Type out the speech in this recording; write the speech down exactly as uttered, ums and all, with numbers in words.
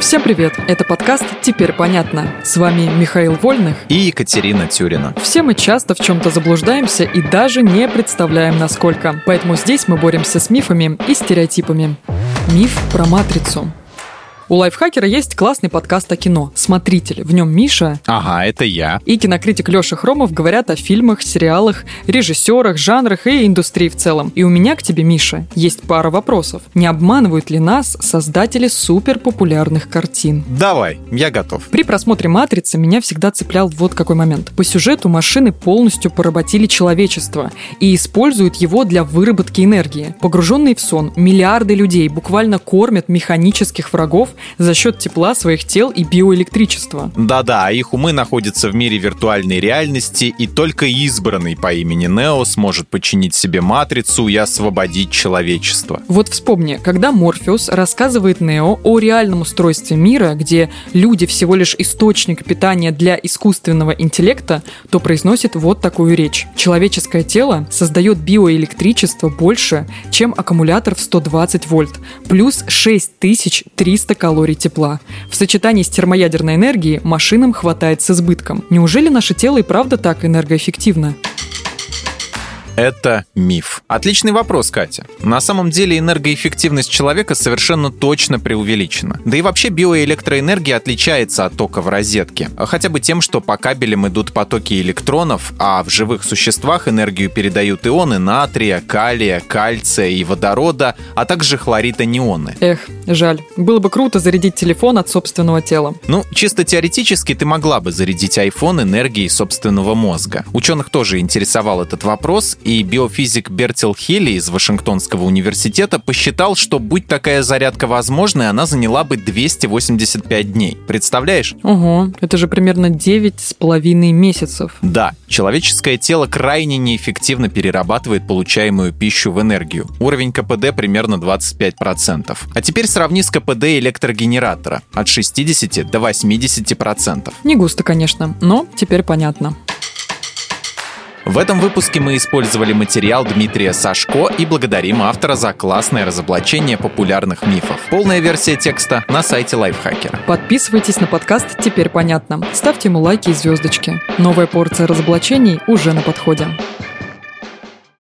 Всем привет! Это подкаст «Теперь понятно». С вами Михаил Вольных и Екатерина Тюрина. Все мы часто в чем-то заблуждаемся и даже не представляем, насколько. Поэтому здесь мы боремся с мифами и стереотипами. Миф про матрицу. У Лайфхакера есть классный подкаст о кино «Смотритель». В нем Миша... Ага, это я. И кинокритик Леша Хромов говорят о фильмах, сериалах, режиссерах, жанрах и индустрии в целом. И у меня к тебе, Миша, есть пара вопросов. Не обманывают ли нас создатели суперпопулярных картин? Давай, я готов. При просмотре «Матрицы» меня всегда цеплял вот какой момент. По сюжету машины полностью поработили человечество и используют его для выработки энергии. Погруженные в сон, миллиарды людей буквально кормят механических врагов за счет тепла своих тел и биоэлектричества. Да-да, их умы находятся в мире виртуальной реальности, и только избранный по имени Нео сможет подчинить себе матрицу и освободить человечество. Вот вспомни, когда Морфеус рассказывает Нео о реальном устройстве мира, где люди всего лишь источник питания для искусственного интеллекта, то произносит вот такую речь. Человеческое тело создает биоэлектричество больше, чем аккумулятор в сто двадцать вольт, плюс шесть тысяч триста калорий тепла. В сочетании с термоядерной энергией машинам хватает с избытком. Неужели наше тело и правда так энергоэффективно? Это миф. Отличный вопрос, Катя. На самом деле энергоэффективность человека совершенно точно преувеличена. Да и вообще биоэлектроэнергия отличается от тока в розетке. Хотя бы тем, что по кабелям идут потоки электронов, а в живых существах энергию передают ионы натрия, калия, кальция и водорода, а также хлорид-анионы. Эх, жаль. Было бы круто зарядить телефон от собственного тела. Ну, чисто теоретически ты могла бы зарядить iPhone энергией собственного мозга. Ученых тоже интересовал этот вопрос, и биофизик Бертил Хилли из Вашингтонского университета посчитал, что будь такая зарядка возможной, она заняла бы двести восемьдесят пять дней. Представляешь? Ого, это же примерно девять с половиной месяцев. Да, человеческое тело крайне неэффективно перерабатывает получаемую пищу в энергию. Уровень ка пэ дэ примерно двадцать пять процентов. А теперь сравни с ка пэ дэ электрогенератора от шестидесяти до восьмидесяти процентов. Не густо, конечно, но теперь понятно. В этом выпуске мы использовали материал Дмитрия Сашко и благодарим автора за классное разоблачение популярных мифов. Полная версия текста на сайте Лайфхакера. Подписывайтесь на подкаст «Теперь понятно». Ставьте ему лайки и звездочки. Новая порция разоблачений уже на подходе.